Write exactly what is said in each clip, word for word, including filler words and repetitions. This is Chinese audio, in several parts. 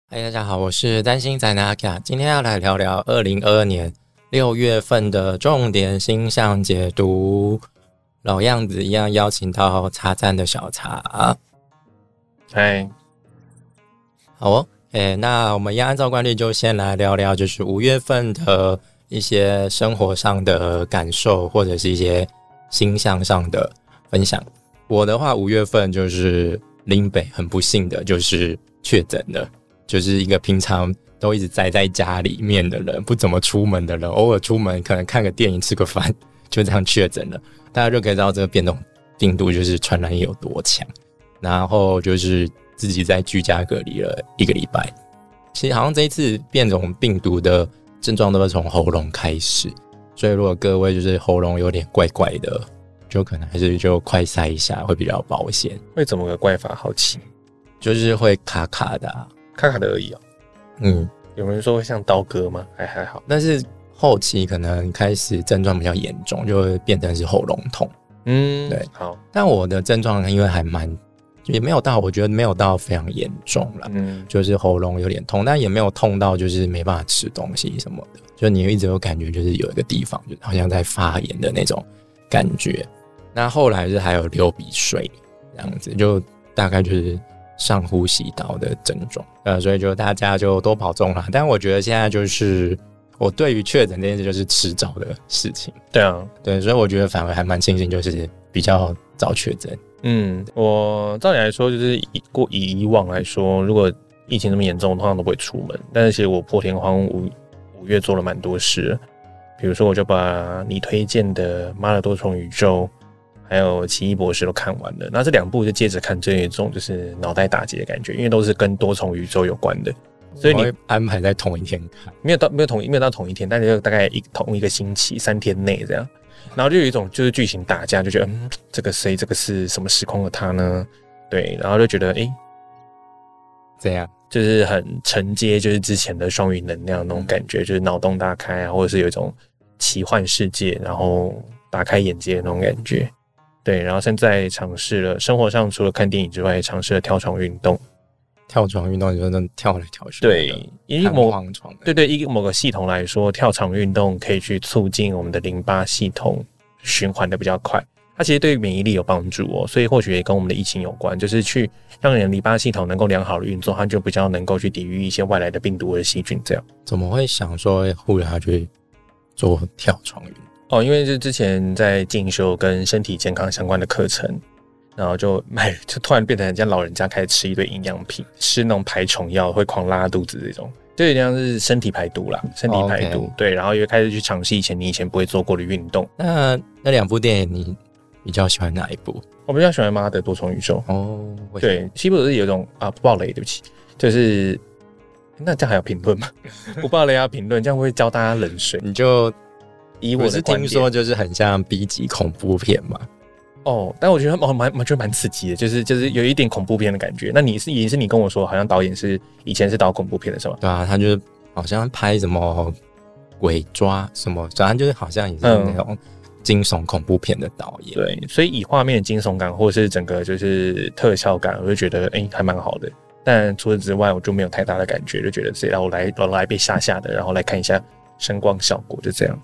嗨，大家好，我是担心宅男阿卡，今天要来聊聊二零二二年六月份的重点星象解读。老样子一样，邀请到茶站的小茶。 嗨， 好哦，欸，那我们一样按照惯例就先来聊聊，就是五月份的一些生活上的感受，或者是一些星象上的分享。我的话，五月份就是林北很不幸的就是确诊了。就是一个平常都一直宅在家里面的人，不怎么出门的人，偶尔出门可能看个电影吃个饭就这样确诊了，大家就可以知道这个变种病毒就是传染力有多强。然后就是自己在居家隔离了一个礼拜。其实好像这一次变种病毒的症状都是从喉咙开始，所以如果各位就是喉咙有点怪怪的，就可能还是就快筛一下会比较保险。 会怎么个怪法？好奇， 就是会卡卡的啊， 卡卡的而已哦。 嗯， 有人说会像刀割吗？还还好， 但是后期可能开始症状比较严重，就会变成是喉咙痛。 嗯， 对， 好。 但我的症状因为还蛮也没有到，我觉得没有到非常严重啦，嗯，就是喉咙有点痛，但也没有痛到就是没办法吃东西什么的，就你一直有感觉就是有一个地方就好像在发炎的那种感觉。那后来是还有流鼻水这样子，就大概就是上呼吸道的症状，呃，所以就大家就多保重啦。但我觉得现在就是我对于确诊这件事就是迟早的事情。 对啊， 对，所以我觉得反而还蛮庆幸，就是比较早确诊。 嗯，我照理来说，就是以过以以往来说，如果疫情这么严重，我通常都不会出门。但是其实我破天荒五五月做了蛮多事，比如说我就把你推荐的《妈的多重宇宙》还有《奇异博士》都看完了。那这两部就接着看，这一种就是脑袋打结的感觉，因为都是跟多重宇宙有关的，所以你会安排在同一天看， 没有到没有同没有到同一天，但是大概一同一个星期三天内这样。然后就有一种就是剧情打架，就觉得嗯，这个谁这个是什么时空的他呢？对，然后就觉得诶， 这样就是很承接就是之前的双鱼能量那种感觉，就是脑洞大开啊，或者是有一种奇幻世界，然后打开眼界的那种感觉。对，然后现在尝试了生活上除了看电影之外，也尝试了跳床运动。 跳床运动你就能跳来跳去， 对，以某对对以某个系统来说，跳床运动可以去促进我们的淋巴系统循环的比较快，它其实对免疫力有帮助哦，所以或许也跟我们的疫情有关，就是去让你的淋巴系统能够良好的运作，它就比较能够去抵御一些外来的病毒或者细菌这样。 怎么会想说忽然要去做跳床运动？ 哦，因为就之前在进修跟身体健康相关的课程，然后就买，就突然变成人家老人家开始吃一堆营养品，吃那种排虫药会狂拉肚子这种，就有点像是身体排毒啦，身体排毒。Oh, okay. 对，然后又开始去尝试以前你以前不会做过的运动。 那那两部电影你比较喜欢哪一部？ 我比较喜欢《妈的多重宇宙》。 哦， 对，西部是有一种啊不爆雷，对不起，就是那这样还有评论吗？不爆雷要评论，这样会教大家冷水。 你就以我的观点， 我是听说就是很像 B 级恐怖片嘛。 哦，但我觉得蛮蛮觉得蛮刺激的，就是就是有一点恐怖片的感觉。那你是也是你跟我说，好像导演是以前是导恐怖片的是吗？ 对啊，他就是好像拍什么鬼抓什么，反正就是好像也是那种惊悚恐怖片的导演。 嗯、对，所以以画面的惊悚感或是整个就是特效感，我就觉得哎、欸、还蛮好的。但除此之外，我就没有太大的感觉，就觉得这让我来我来被吓吓的，然后来看一下声光效果，就这样。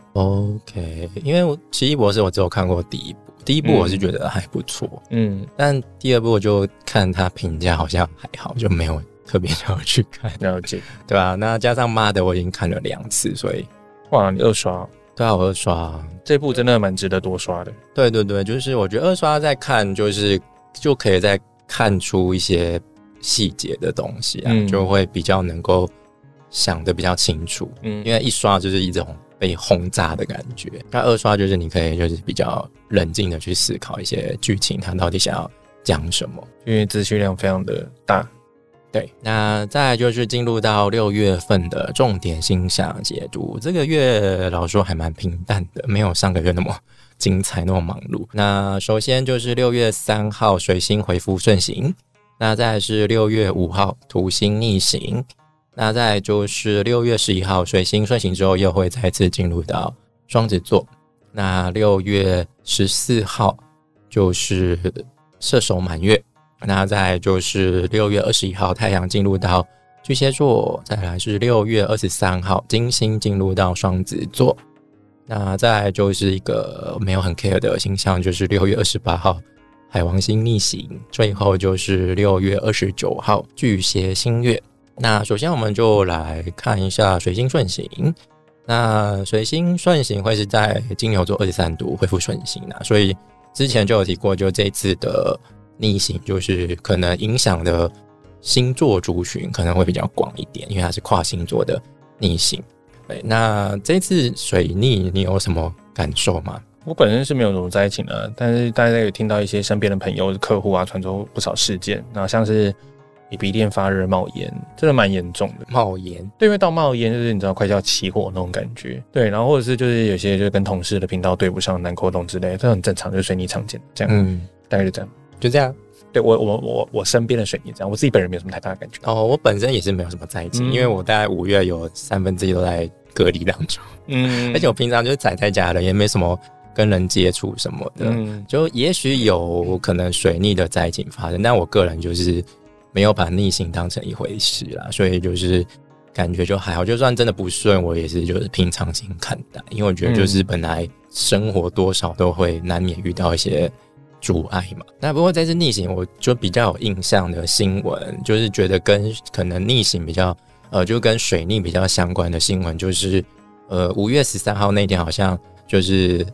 OK， 因为奇异博士我只有看过第一部。第一部我是觉得还不错，嗯，但第二部我就看他评价好像还好，就没有特别想要去看。 了解， 对吧、啊？那加上妈的我已经看了两次，所以哇，你二刷？ 对啊，我二刷， 这部真的蛮值得多刷的。 对对对，就是我觉得二刷再看，就是就可以再看出一些细节的东西啊，嗯、就会比较能够想得比较清楚。嗯，因为一刷就是一种被轰炸的感觉，那二刷就是你可以就是比较冷静的去思考一些剧情，它到底想要讲什么， 因为资讯量非常的大。 对，那再来就是进入到六月份的重点星象解读。这个月老实说还蛮平淡的，没有上个月那么精彩那么忙碌。那首先就是六月三号水星回复顺行，那再来是六月五号土星逆行，那再来就是六月十一号水星顺行之后又会再次进入到双子座。那六月十四号就是射手满月，那再来就是六月二十一号太阳进入到巨蟹座，再来是六月二十三号金星进入到双子座，那再来就是一个没有很 care 的星象，就是六月二十八号海王星逆行，最后就是六月二十九号巨蟹新月。那首先我们就来看一下水星顺行，那水星顺行会是在金牛座二十三度恢复顺行啊，所以之前就有提过，就这次的逆行就是可能影响的星座族群可能会比较广一点，因为它是跨星座的逆行。对，那这次水逆你有什么感受吗？ 我本身是没有融在一起的，但是大家有听到一些身边的朋友、客户啊，传出不少事件，那像是你鼻垫发热、冒烟，真的蛮严重的。 冒烟， 对，因为到冒烟就是你知道快要起火那种感觉。对，然后或者是就是有些就是跟同事的频道对不上、难沟通之类的，这很正常，就是水逆常见这样。嗯，大概就这样， 就这样。 对我我我我身边的水逆这样，我自己本人没有什么太大的感觉。 哦，我本身也是没有什么在一起、嗯，因为我大概五月有三分之一都在隔离当中。嗯，而且我平常就是宅在家的，也没什么跟人接触什么的。嗯，就也许有可能水逆的灾情发生，但我个人就是没有把逆行当成一回事啦，所以就是感觉就还好，就算真的不顺，我也是就是平常心看待，因为我觉得就是本来生活多少都会难免遇到一些阻碍嘛。那不过这次逆行我就比较有印象的新闻，就是觉得跟可能逆行比较呃，就跟水逆比较相关的新闻，就是呃五月十三号那天好像就是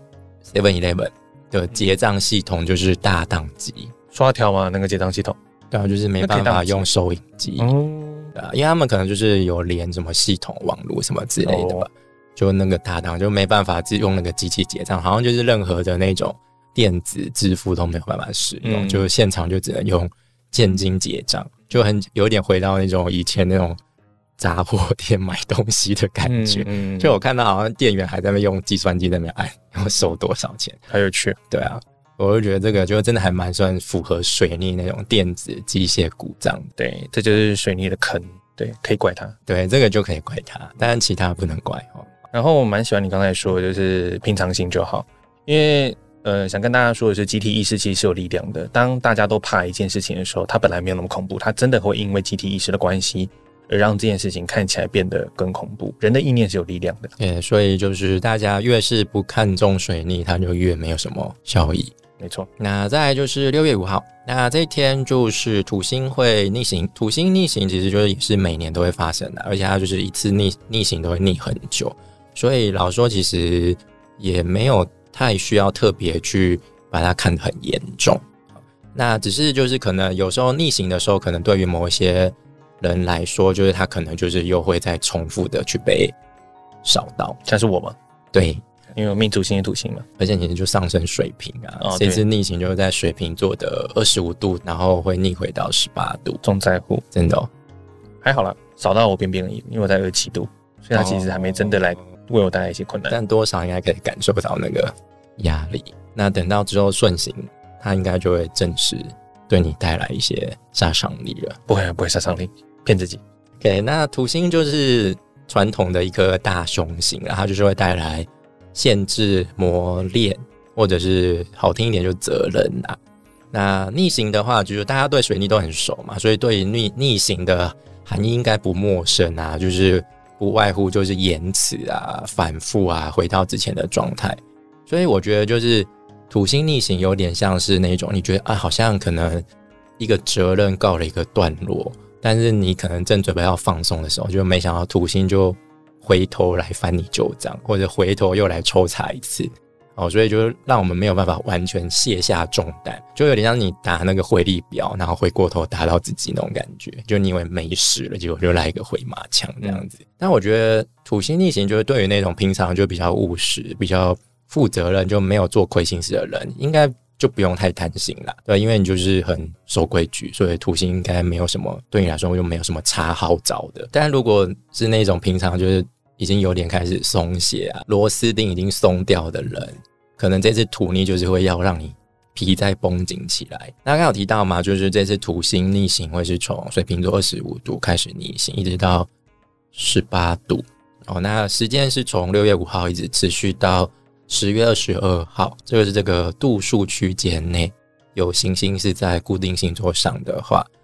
seven eleven 的结账系统就是大宕机， 刷条吗？那个结账系统？ 对啊，就是没办法用收银机。对啊，因为他们可能就是有连什么系统网络什么之类的吧，哦、就那个大档就没办法用那个机器结账，好像就是任何的那种电子支付都没有办法使用，嗯、就现场就只能用现金结账，就很有点回到那种以前那种杂货店买东西的感觉。嗯嗯、就我看到好像店员还在那边用计算机在那边按，要收多少钱， 还有趣。 对啊。我就觉得这个就真的还蛮算符合水逆那种电子机械故障。 对，这就是水逆的坑。对，可以怪他。 对，这个就可以怪他，但其他不能怪哦。 然后我蛮喜欢你刚才说的，就是平常心就好。因为呃，想跟大家说的是，集体意识其实是有力量的。当大家都怕一件事情的时候，它本来没有那么恐怖，它真的会因为集体意识的关系而让这件事情看起来变得更恐怖。人的意念是有力量的。 对，所以就是大家越是不看重水逆，它就越没有什么效益。 没错， 那再来就是六月五号，那这一天就是土星会逆行。土星逆行其实就是也是每年都会发生的，而且它就是一次逆逆行都会逆很久，所以老实说其实也没有太需要特别去把它看得很严重。那只是就是可能有时候逆行的时候，可能对于某一些人来说，就是他可能就是又会再重复的去被扫到。 像是我吗？ 对。 因为我命土星也土星嘛， 而且其实就上升水瓶啊，哦、这次逆行就是在水瓶座的二十五度，然后会逆回到十八度， 重在乎， 真的、哦、 还好啦，扫到我边边而已，因为我在二十七度，所以它其实还没真的来为我带来一些困难， 但多少应该可以感受到那个压力。那等到之后顺行，它应该就会正式对你带来一些杀伤力了。 不会不会杀伤力，骗自己。 OK， 那土星就是传统的一颗大凶星，然后它就是会带来限制、磨练，或者是好听一点就责任啊。那逆行的话，就是大家对水逆都很熟嘛，所以对于 逆, 逆行的含义应该不陌生啊，就是不外乎就是延迟啊、反复啊，回到之前的状态。所以我觉得就是土星逆行有点像是那种你觉得啊，好像可能一个责任告了一个段落，但是你可能正准备要放松的时候，就没想到土星就回头来翻你旧账，或者回头又来抽查一次，哦，所以就让我们没有办法完全卸下重担，就有点像你打那个回力镖，然后回过头打到自己那种感觉，就你以为没事了，结果就来一个回马枪这样子。嗯、但我觉得土星逆行就是对于那种平常就比较务实、比较负责任，就没有做亏心事的人，应该就不用太担心啦，对，因为你就是很守规矩，所以土星应该没有什么，对你来说就没有什么差好找的。但如果是那种平常就是已经有点开始松懈啊，螺丝钉已经松掉的人，可能这次土逆就是会要让你皮再绷紧起来。那刚刚有提到嘛，就是这次土星逆行会是从水瓶座二十五度开始逆行，一直到十八度。哦，那时间是从六月五号一直持续到十月二十二号，这个是这个度数区间内有行星是在固定星座上的话，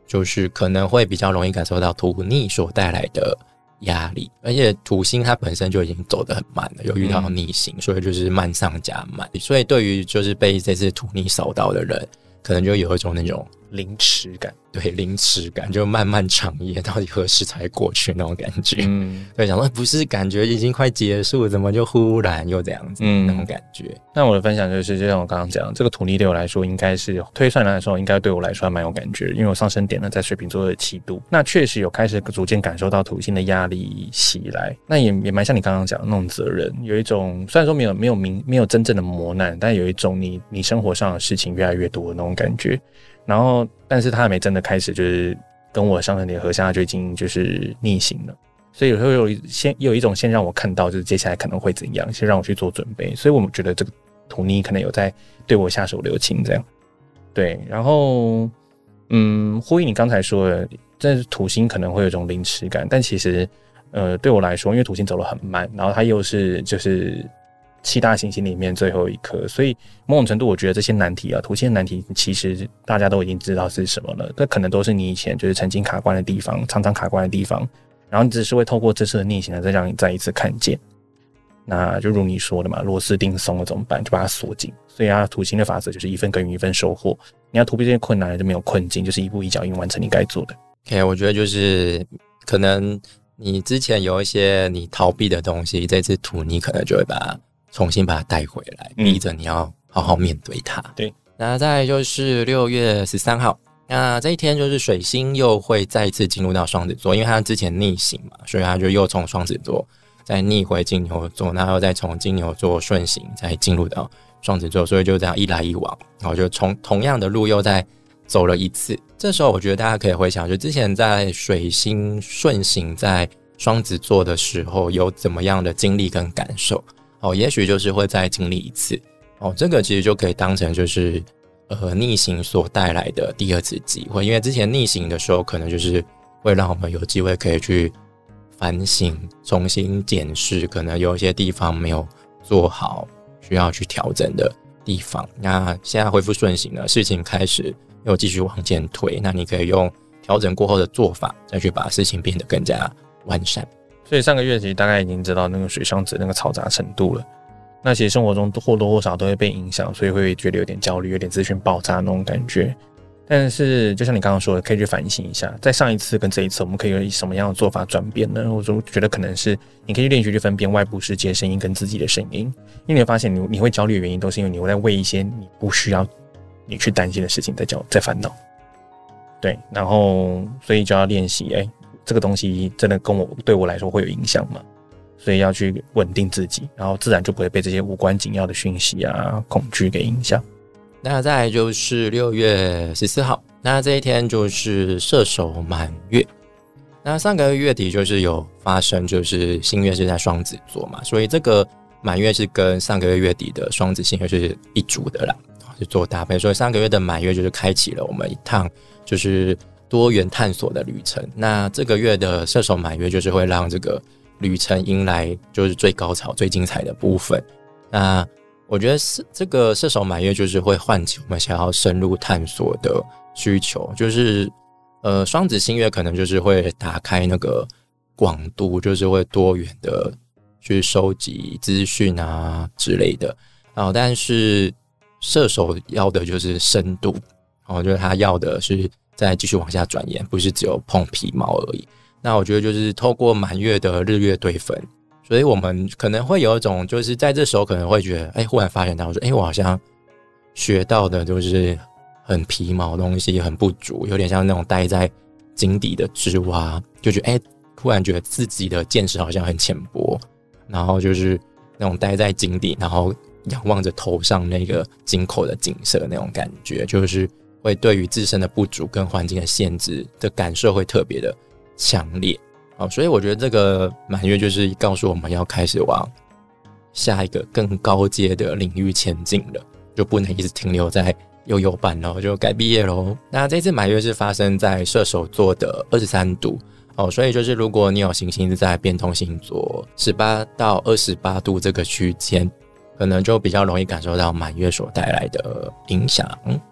就是可能会比较容易感受到土逆所带来的压力，而且土星它本身就已经走得很慢了，又遇到逆行、嗯、所以就是慢上加慢，所以对于就是被这次土逆扫到的人，可能就有一种那种凌迟感， 对，凌迟感，就漫漫长夜到底何时才过去那种感觉。嗯，对，想说不是感觉已经快结束，怎么就忽然又这样子、嗯、那种感觉。 那我的分享就是，就像我刚刚讲，这个土逆对我来说，应该是推算来说，应该对我来说还蛮有感觉，因为我上升点呢在水瓶座的七度，那确实有开始逐渐感受到土星的压力袭来，那也也蛮像你刚刚讲的那种责任，有一种虽然说没有没有明没有真正的磨难，但有一种你你生活上的事情越来越多的那种感觉。然后，但是他还没真的开始，就是跟我上升点合相，就已经就是逆行了。所以有时候有先有一种先让我看到，就是接下来可能会怎样，先让我去做准备。所以我们觉得这个土逆可能有在对我下手留情，这样。对，然后嗯，呼应你刚才说的，这土星可能会有一种凌迟感，但其实呃对我来说，因为土星走得很慢，然后它又是就是七大行星里面最后一颗，所以某种程度我觉得这些难题啊，土星的难题其实大家都已经知道是什么了，这可能都是你以前就是曾经卡关的地方，常常卡关的地方，然后你只是会透过这次的逆行呢，再让你再一次看见。那就如你说的嘛，螺丝钉松了怎么办？就把它锁紧。所以啊，土星的法则就是一分耕耘一分收获。你要突破这些困难就没有困境，就是一步一脚印完成你该做的。 OK， 我觉得就是可能你之前有一些你逃避的东西，这次土逆可能就会把它重新把它带回来，逼着你要好好面对它。 对， 那再来就是六月十三号，那这一天就是水星又会再一次进入到双子座，因为它之前逆行嘛，所以它就又从双子座再逆回金牛座，然后再从金牛座顺行再进入到双子座，所以就这样一来一往，然后就从同样的路又再走了一次。这时候我觉得大家可以回想，就之前在水星顺行在双子座的时候有怎么样的经历跟感受哦，也许就是会再经历一次哦，这个其实就可以当成就是呃逆行所带来的第二次机会，因为之前逆行的时候可能就是会让我们有机会可以去反省，重新检视可能有一些地方没有做好需要去调整的地方。那现在恢复顺行了，事情开始又继续往前推，那你可以用调整过后的做法再去把事情变得更加完善。 所以上个月其实大概已经知道那个水双子那个嘈杂程度了，那其实生活中或多或少都会被影响，所以会觉得有点焦虑，有点资讯爆炸那种感觉。但是就像你刚刚说的，可以去反省一下，在上一次跟这一次我们可以有什么样的做法转变呢？我觉得可能是你可以去练习去分辨外部世界声音跟自己的声音，因为你会发现 你, 你会焦虑的原因都是因为你会在为一些你不需要你去担心的事情在焦在烦恼。对，然后所以就要练习，哎，这个东西真的跟我对我来说会有影响吗？所以要去稳定自己，然后自然就不会被这些无关紧要的讯息啊、恐惧给影响。 那再来就是六月十四号，那这一天就是射手满月。那上个月底就是有发生，就是新月是在双子座嘛，所以这个满月是跟上个月月底的双子新月是一组的啦，是做搭配。所以上个月的满月就是开启了我们一趟就是多元探索的旅程。那这个月的射手满月就是会让这个旅程迎来就是最高潮、最精彩的部分。那我觉得是这个射手满月就是会唤起我们想要深入探索的需求，就是呃双子新月可能就是会打开那个广度，就是会多元的去收集资讯啊之类的。然后但是射手要的就是深度，然后就是他要的是再继续往下转延，不是只有碰皮毛而已。那我觉得就是透过满月的日月对分，所以我们可能会有一种就是在这时候可能会觉得哎，忽然发现到说哎，我好像学到的就是很皮毛的东西很不足，有点像那种待在井底的织蛙，就觉得哎，忽然觉得自己的见识好像很浅薄，然后就是那种待在井底，然后仰望着头上那个井口的景色那种感觉，就是会对于自身的不足跟环境的限制的感受会特别的强烈。好，所以我觉得这个满月就是告诉我们要开始往下一个更高阶的领域前进了，就不能一直停留在悠悠版了，就该毕业咯。那这次满月是发生在射手座的二十三度哦，所以就是如果你有行星是在变动星座十八到二十八度这个区间，可能就比较容易感受到满月所带来的影响。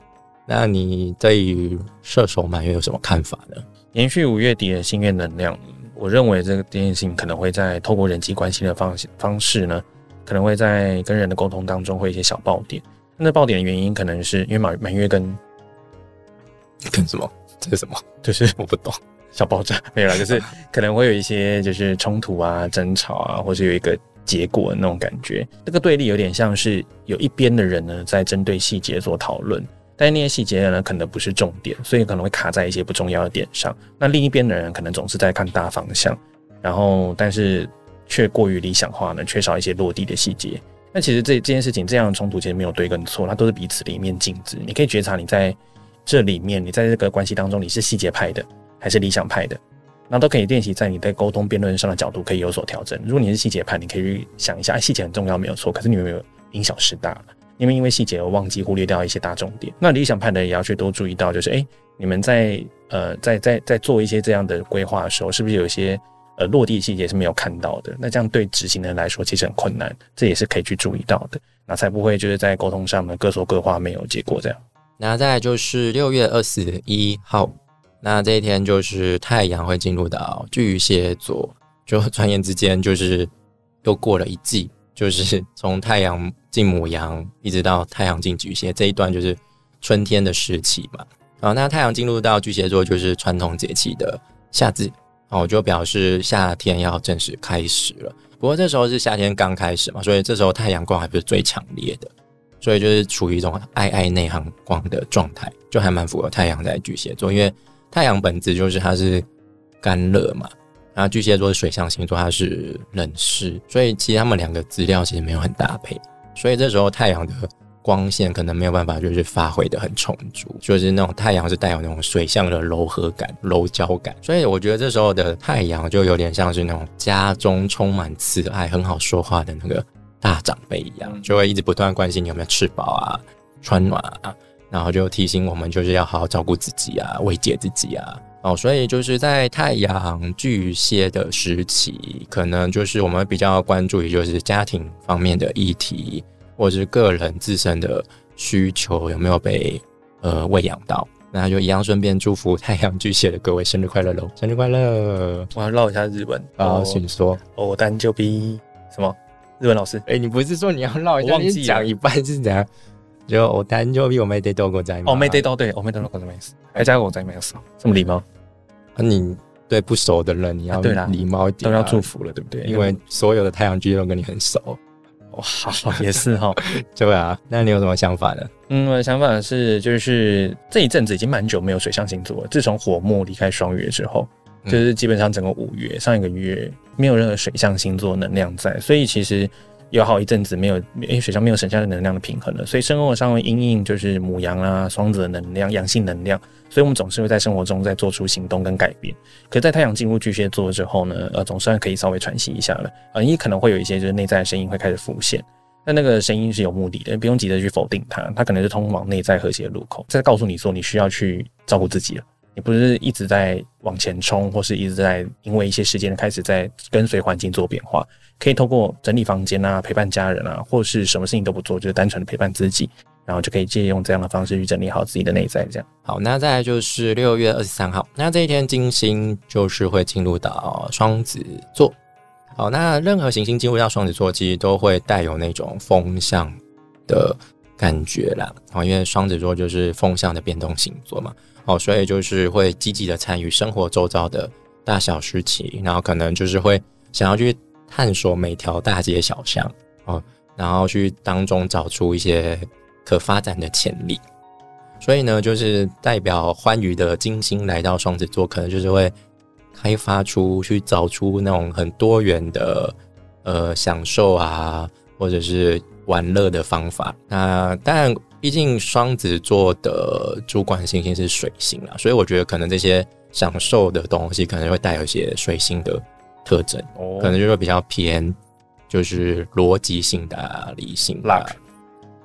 那你对于射手满月有什么看法呢？ 延续五月底的新月能量，我认为这个这件事情可能会在透过人际关系的方方式呢，可能会在跟人的沟通当中会有一些小爆点。那爆点的原因可能是因为满满月跟跟什么？这是什么？ 就是我不懂。 小爆炸没有啦，就是可能会有一些就是冲突啊、争吵啊，或是有一个结果的那种感觉。这个对立有点像是有一边的人呢在针对细节做讨论，但是那些细节呢可能不是重点，所以可能会卡在一些不重要的点上。那另一边的人可能总是在看大方向，然后但是却过于理想化呢，缺少一些落地的细节。那其实这这件事情这样的冲突其实没有对跟错，它都是彼此的一面镜子。你可以觉察你在这里面，你在这个关系当中，你是细节派的还是理想派的，那都可以练习在你在沟通辩论上的角度可以有所调整。如果你是细节派，你可以去想一下，哎，细节很重要没有错，可是你有没有因小失大了？你们因为细节而忘记忽略掉一些大重点。那理想派的也要去多注意到，就是哎，你们在呃在在在做一些这样的规划的时候，是不是有一些呃落地细节是没有看到的？那这样对执行人来说其实很困难，这也是可以去注意到的，那才不会就是在沟通上呢各说各话，没有结果这样。 那再来就是六月二十一号。那这一天就是太阳会进入到巨蟹座，就转眼之间就是又过了一季，就是从太阳进牡羊一直到太阳进巨蟹，这一段就是春天的时期嘛。好，那太阳进入到巨蟹座就是传统节气的夏至，好，就表示夏天要正式开始了。不过这时候是夏天刚开始嘛，所以这时候太阳光还不是最强烈的，所以就是处于一种暧暧内含光的状态，就还蛮符合太阳在巨蟹座，因为太阳本质就是它是干热嘛，然后巨蟹座是水象星座，它是冷湿，所以其实他们两个资料其实没有很搭配，所以这时候太阳的光线可能没有办法就是发挥的很充足，就是那种太阳是带有那种水象的柔和感、柔焦感，所以我觉得这时候的太阳就有点像是那种家中充满慈爱、很好说话的那个大长辈一样，就会一直不断关心你有没有吃饱啊、穿暖啊，然后就提醒我们就是要好好照顾自己啊，慰藉自己啊。哦，所以就是在太阳巨蟹的时期，可能就是我们比较关注于就是家庭方面的议题，或者是个人自身的需求有没有被呃喂养到。那就一样顺便祝福太阳巨蟹的各位生日快乐喽！生日快乐！ 我要绕一下日文。 好，请说。 哦，单就比什么？日文老师？ 哎、欸，你不是说你要绕一下？你讲一半是怎样？就お誕生日おめでとうございます。 おめでとう，对，おめでとうございます。还加个ございます，这么礼貌？ 啊，你对不熟的人你要礼貌一点、啊， 都要祝福了，对不对？ 因为所有的太阳巨蟹都跟你很熟。 哦，好，也是哈。 对啊，那你有什么想法呢？ 嗯，我的想法是，就是这一阵子已经蛮久没有水象星座了。自从火木离开双月之后，就是基本上整个五月上一个月没有任何水象星座能量在，所以其实有好一阵子没有，因为水象没有省下的能量的平衡了，所以生活上会因应就是牡羊啊、双子的能量、阳性能量，所以我们总是会在生活中再做出行动跟改变。可是在太阳进入巨蟹座之后呢，呃，总算可以稍微喘息一下了。呃，因为可能会有一些就是内在的声音会开始浮现，但那个声音是有目的的，不用急着去否定它，它可能是通往内在和谐的路口，在告诉你说你需要去照顾自己了。你不是一直在往前冲，或是一直在因为一些时间开始在跟随环境做变化，可以透过整理房间啊、陪伴家人啊，或是什么事情都不做，就是单纯的陪伴自己，然后就可以借用这样的方式去整理好自己的内在。这样好，那再来就是六月二十三号，那这一天金星就是会进入到双子座。好，那任何行星进入到双子座，其实都会带有那种风向的感觉啦。好，因为双子座就是风向的变动星座嘛。哦，所以就是会积极的参与生活周遭的大小事情，然后可能就是会想要去探索每条大街小巷，哦，然后去当中找出一些可发展的潜力。所以呢，就是代表欢愉的金星来到双子座，可能就是会开发出去找出那种很多元的呃享受啊，或者是玩乐的方法。那当然毕竟双子座的主管星星是水星啦，所以我觉得可能这些享受的东西可能会带有一些水星的特征，哦，可能就会比较偏就是逻辑性的、啊、理性的、啊。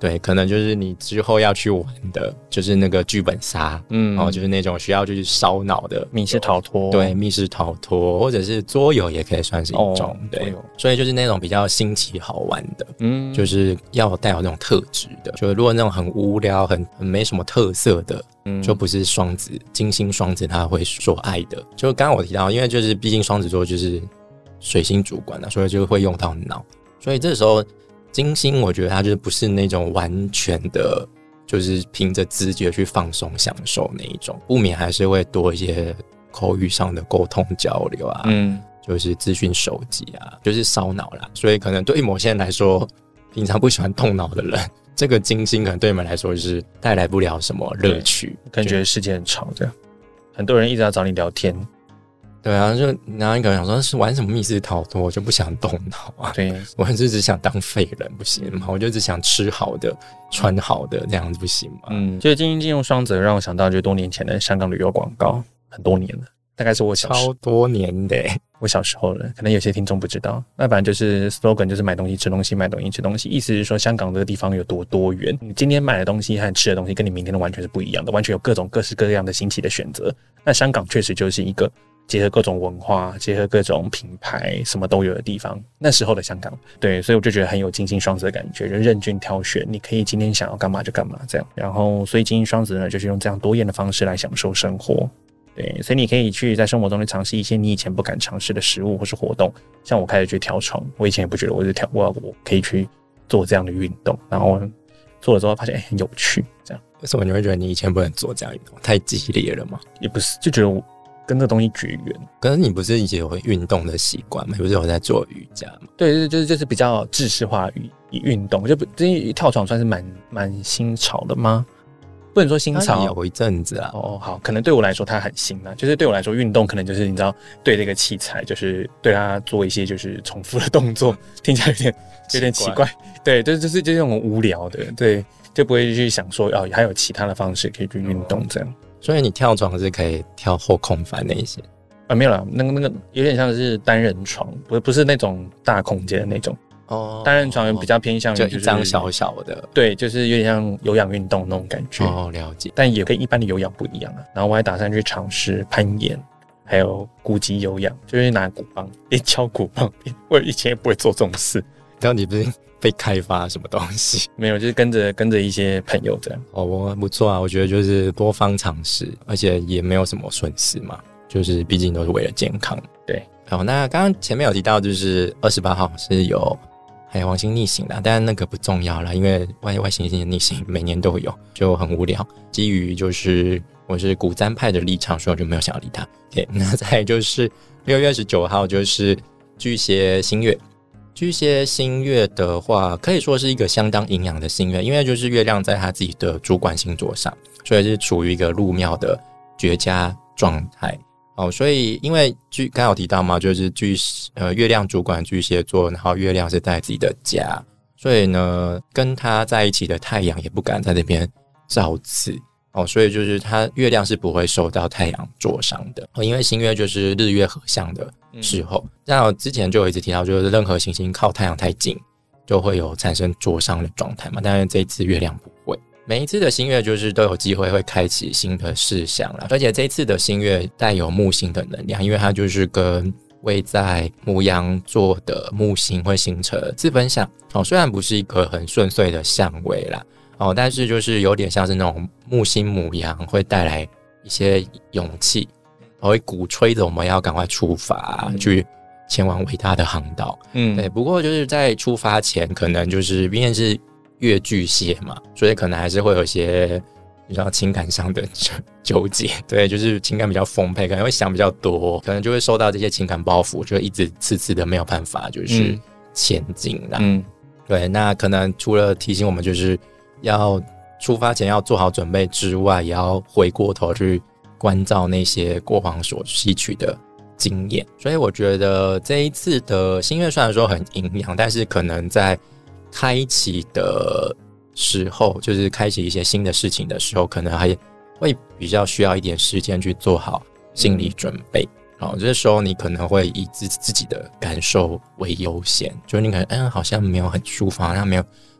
对，可能就是你之后要去玩的，就是那个剧本杀，嗯，然后就是那种需要去烧脑的密室逃脱， 对，密室逃脱或者是桌游也可以算是一种，哦、对，所以就是那种比较新奇好玩的，嗯，就是要带有那种特质的，就如果那种很无聊、很很没什么特色的。嗯，就不是双子，金星双子他会所爱的。就刚刚我提到，因为就是毕竟双子座就是水星主管啊，所以就会用到脑。所以这时候金星，我觉得他就是不是那种完全的，就是凭着直觉去放松享受那一种，不免还是会多一些口语上的沟通交流啊，嗯，就是资讯收集啊，就是烧脑啦。所以可能对于某些人来说，平常不喜欢动脑的人。这个金星可能对你们来说就是带来不了什么乐趣， 可能觉得时间很长这样，很多人一直要找你聊天， 对啊，就然后你可能想说是玩什么密室逃脱，我就不想动脑啊， 对， 我就只想当废人不行吗？我就只想吃好的穿好的这样子不行吗？ 嗯，就是金星进入双子让我想到就多年前的香港旅游广告，很多年了，大概是我小时超多年的我小时候了，可能有些听众不知道。那反正就是 slogan 就是买东西吃东西，买东西吃东西，意思是说香港这个地方有多多元，你今天买的东西和吃的东西跟你明天的完全是不一样的，完全有各种各式各样的新奇的选择。那香港确实就是一个结合各种文化、结合各种品牌什么都有的地方。那时候的香港，对，所以我就觉得很有金星双子的感觉，就任君挑选，你可以今天想要干嘛就干嘛这样。然后所以金星双子呢，就是用这样多元的方式来享受生活。对，所以你可以去在生活中去尝试一些你以前不敢尝试的食物或是活动，像我开始去跳床，我以前也不觉得我是跳，我我可以去做这样的运动，然后做了之后发现哎、欸、很有趣，这样。 为什么你会觉得你以前不能做这样运动？太激烈了吗？ 也不是，就觉得我跟这个东西绝缘。 可是你不是以前有运动的习惯吗？不是有在做瑜伽吗？ 对，就是就是比较制式化运动，就不跳床算是蛮蛮新潮的吗？不能说新潮， 有一阵子啊。 哦，好，可能对我来说它很新啊，就是对我来说运动可能就是你知道对这个器材，就是对它做一些就是重复的动作，听起来有点有点奇怪，对，就是就是就是那种无聊的，对，就不会去想说哦还有其他的方式可以去运动这样。哦、 所以你跳床是可以跳后空翻那一些啊？没有啦，那个那个有点像是单人床，不不是那种大空间的那种。哦，单人床比较偏向于、就是、 就一张小小的， 对，就是有点像有氧运动那种感觉。 哦，了解。 但也跟一般的有氧不一样啊。然后我还打算去尝试攀岩，还有鼓击有氧，就是拿鼓棒边敲鼓棒边。我以前也不会做这种事。 然后你不是被开发什么东西？ 没有，就是跟着跟着一些朋友这样。 哦，我不错啊，我觉得就是多方尝试，而且也没有什么损失嘛，就是毕竟都是为了健康。 对。 好，那刚刚前面有提到，就是二十八号是有。还有王星逆行啦，但那个不重要啦，因为外外行星的逆行每年都有，就很无聊。基于就是我是古占派的立场，所以我就没有想要理他。对，那再来就是六月十九号就是巨蟹新月。巨蟹新月的话，可以说是一个相当营养的新月，因为就是月亮在他自己的主管星座上，所以是处于一个入庙的绝佳状态。哦，所以因为巨刚刚有提到嘛，就是巨呃月亮主管巨蟹座，然后月亮是在自己的家，所以呢跟他在一起的太阳也不敢在那边照刺哦，所以就是他月亮是不会受到太阳灼伤的、哦、因为新月就是日月合相的时候，那、嗯、我之前就有一直提到，就是任何行星靠太阳太近就会有产生灼伤的状态嘛，但是这一次月亮不会。每一次的新月就是都有机会会开启新的事项啦，而且这一次的新月带有木星的能量，因为它就是跟位在牡羊座的木星会形成自分相哦，虽然不是一个很顺遂的相位啦哦，但是就是有点像是那种木星牡羊会带来一些勇气，会鼓吹着我们要赶快出发、嗯、去前往伟大的航道。嗯，对。不过就是在出发前，可能就是因为是月巨蟹嘛，所以可能还是会有一些比较情感上的纠结，对，就是情感比较丰沛，可能会想比较多，可能就会受到这些情感包袱，就一直次次的没有办法就是前进啦。嗯，对，那可能除了提醒我们就是要出发前要做好准备之外，也要回过头去关照那些过往所吸取的经验。所以我觉得这一次的新月虽然说很营养，但是可能在开启的时候，就是开启一些新的事情的时候，可能还会比较需要一点时间去做好心理准备。好、嗯，这时候你可能会以自自己的感受为优先，就是你可能嗯好像没有很舒服，好像没有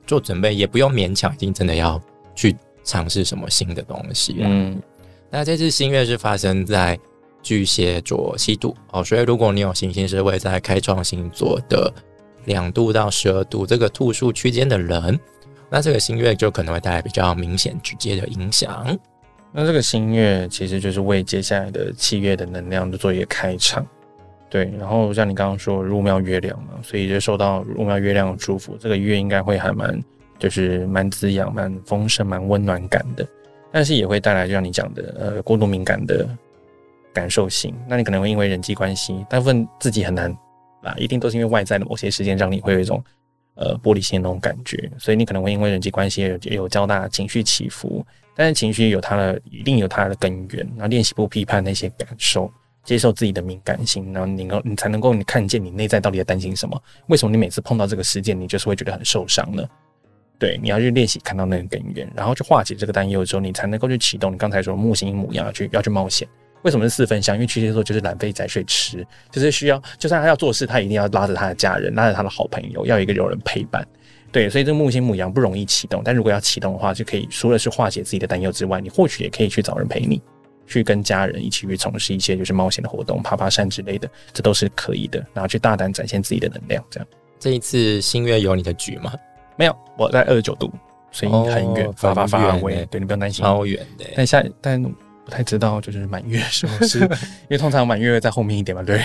做准备，也不用勉强一定真的要去尝试什么新的东西。嗯，那这次新月是发生在巨蟹座七度哦，所以如果你有行星是位在开创星座的两度到十二度这个度数区间的人，那这个新月就可能会带来比较明显直接的影响。 那这个新月其实就是为接下来的七月的能量做一个开场，对。然后像你刚刚说入庙月亮嘛，所以就受到入庙月亮的祝福，这个月应该会还蛮就是蛮滋养、蛮丰盛、蛮温暖感的。但是也会带来就像你讲的呃过度敏感的感受性。那你可能会因为人际关系，大部分自己很难啊，一定都是因为外在的某些事件让你会有一种呃玻璃心的那种感觉，所以你可能会因为人际关系有有较大的情绪起伏。但是情绪有它的一定有它的根源，然后练习不批判那些感受，接受自己的敏感性，然后你能你才能够你看见你内在到底在担心什么，为什么你每次碰到这个事件你就是会觉得很受伤呢？对，你要去练习看到那个根源，然后去化解这个担忧之后，你才能够去启动你刚才说木星一模一样要去要去冒险。为什么是四分相？因为巨蟹座就是懒飞仔睡吃，就是需要就算他要做事，他一定要拉着他的家人，拉着他的好朋友，要有一个有人陪伴。对，所以这个木星牡羊不容易启动，但如果要启动的话，就可以除了是化解自己的担忧之外，你或许也可以去找人陪你，去跟家人一起去从事一些就是冒险的活动，爬爬山之类的，这都是可以的。然后去大胆展现自己的能量，这样。 这一次新月有你的局吗？ 没有，我在二十九度，所以很远，哦、发发发微，对你不用担心， 超远的。 但下但不太知道就是满月是不是，因为通常满月在后面一点嘛，对。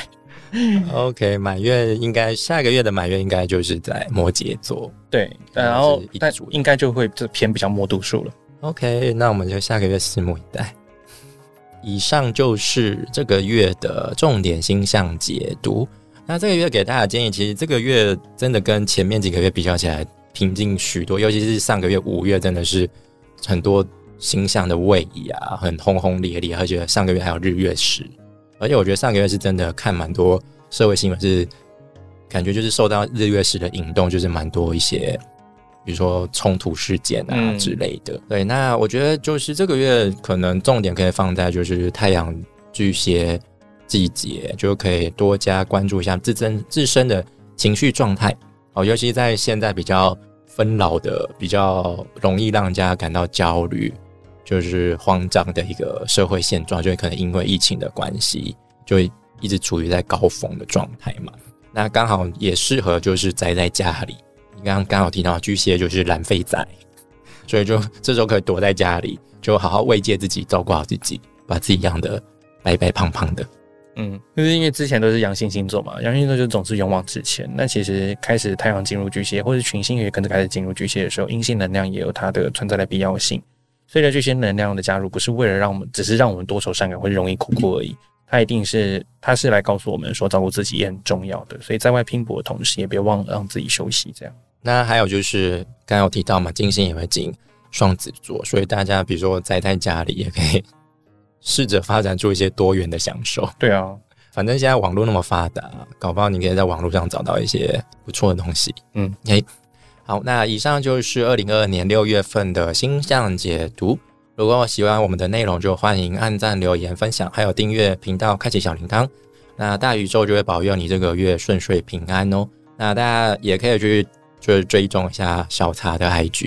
OK， 满月应该下个月的满月应该就是在摩羯座， 对，然后但应该就会偏比较摸度数了。 OK， 那我们就下个月拭目以待。以上就是这个月的重点星象解读。那这个月给大家的建议，其实这个月真的跟前面几个月比较起来平静许多，尤其是上个月五月真的是很多星象的位移啊，很轰轰烈烈，而且上个月还有日月食。而且我觉得上个月是真的看蛮多社会新闻，是感觉就是受到日月食的引动，就是蛮多一些比如说冲突事件啊之类的、嗯、对，那我觉得就是这个月可能重点可以放在就是太阳巨蟹季节，就可以多加关注一下自身自身的情绪状态、哦、尤其在现在比较纷扰的比较容易让人家感到焦虑就是慌张的一个社会现状，就可能因为疫情的关系就会一直处于在高峰的状态嘛，那刚好也适合就是宅在家里，你刚刚刚好提到巨蟹就是懒废仔，所以就这时候可以躲在家里就好好慰藉自己，照顾好自己，把自己养得白白胖胖的。 嗯，就是因为之前都是阳性星座嘛，阳性星座就总是勇往直前，那其实开始太阳进入巨蟹或是群星也跟着开始进入巨蟹的时候，阴性能量也有它的存在的必要性，所以呢，巨蟹能量的加入不是为了让我们只是让我们多愁善感或者容易苦苦而已，它一定是它是来告诉我们说照顾自己也很重要的，所以在外拼搏的同时也别忘了让自己休息这样。 那还有就是刚刚有提到嘛，金星也会进双子座，所以大家比如说宅在家里也可以试着发展出一些多元的享受。 对啊， 反正现在网络那么发达，搞不好你可以在网络上找到一些不错的东西。嗯，欸，好，那以上就是二零二二年六月份的星象解读。如果喜欢我们的内容，就欢迎按赞、留言、分享，还有订阅频道，开启小铃铛。那大宇宙就会保佑你这个月顺遂平安哦。那大家也可以去就是追踪一下小茶的 I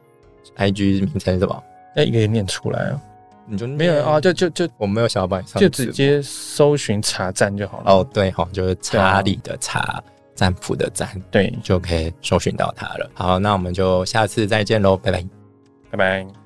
G，I G 名称是什么？ 要一个一个念出来啊。 你就没有啊？就就就我没有想要帮你上， 就直接搜寻茶站就好了。 哦，对齁，就是茶里的茶，占卜的占， 对， 就可以搜寻到它了。好，那我们就下次再见喽，拜拜， 拜拜。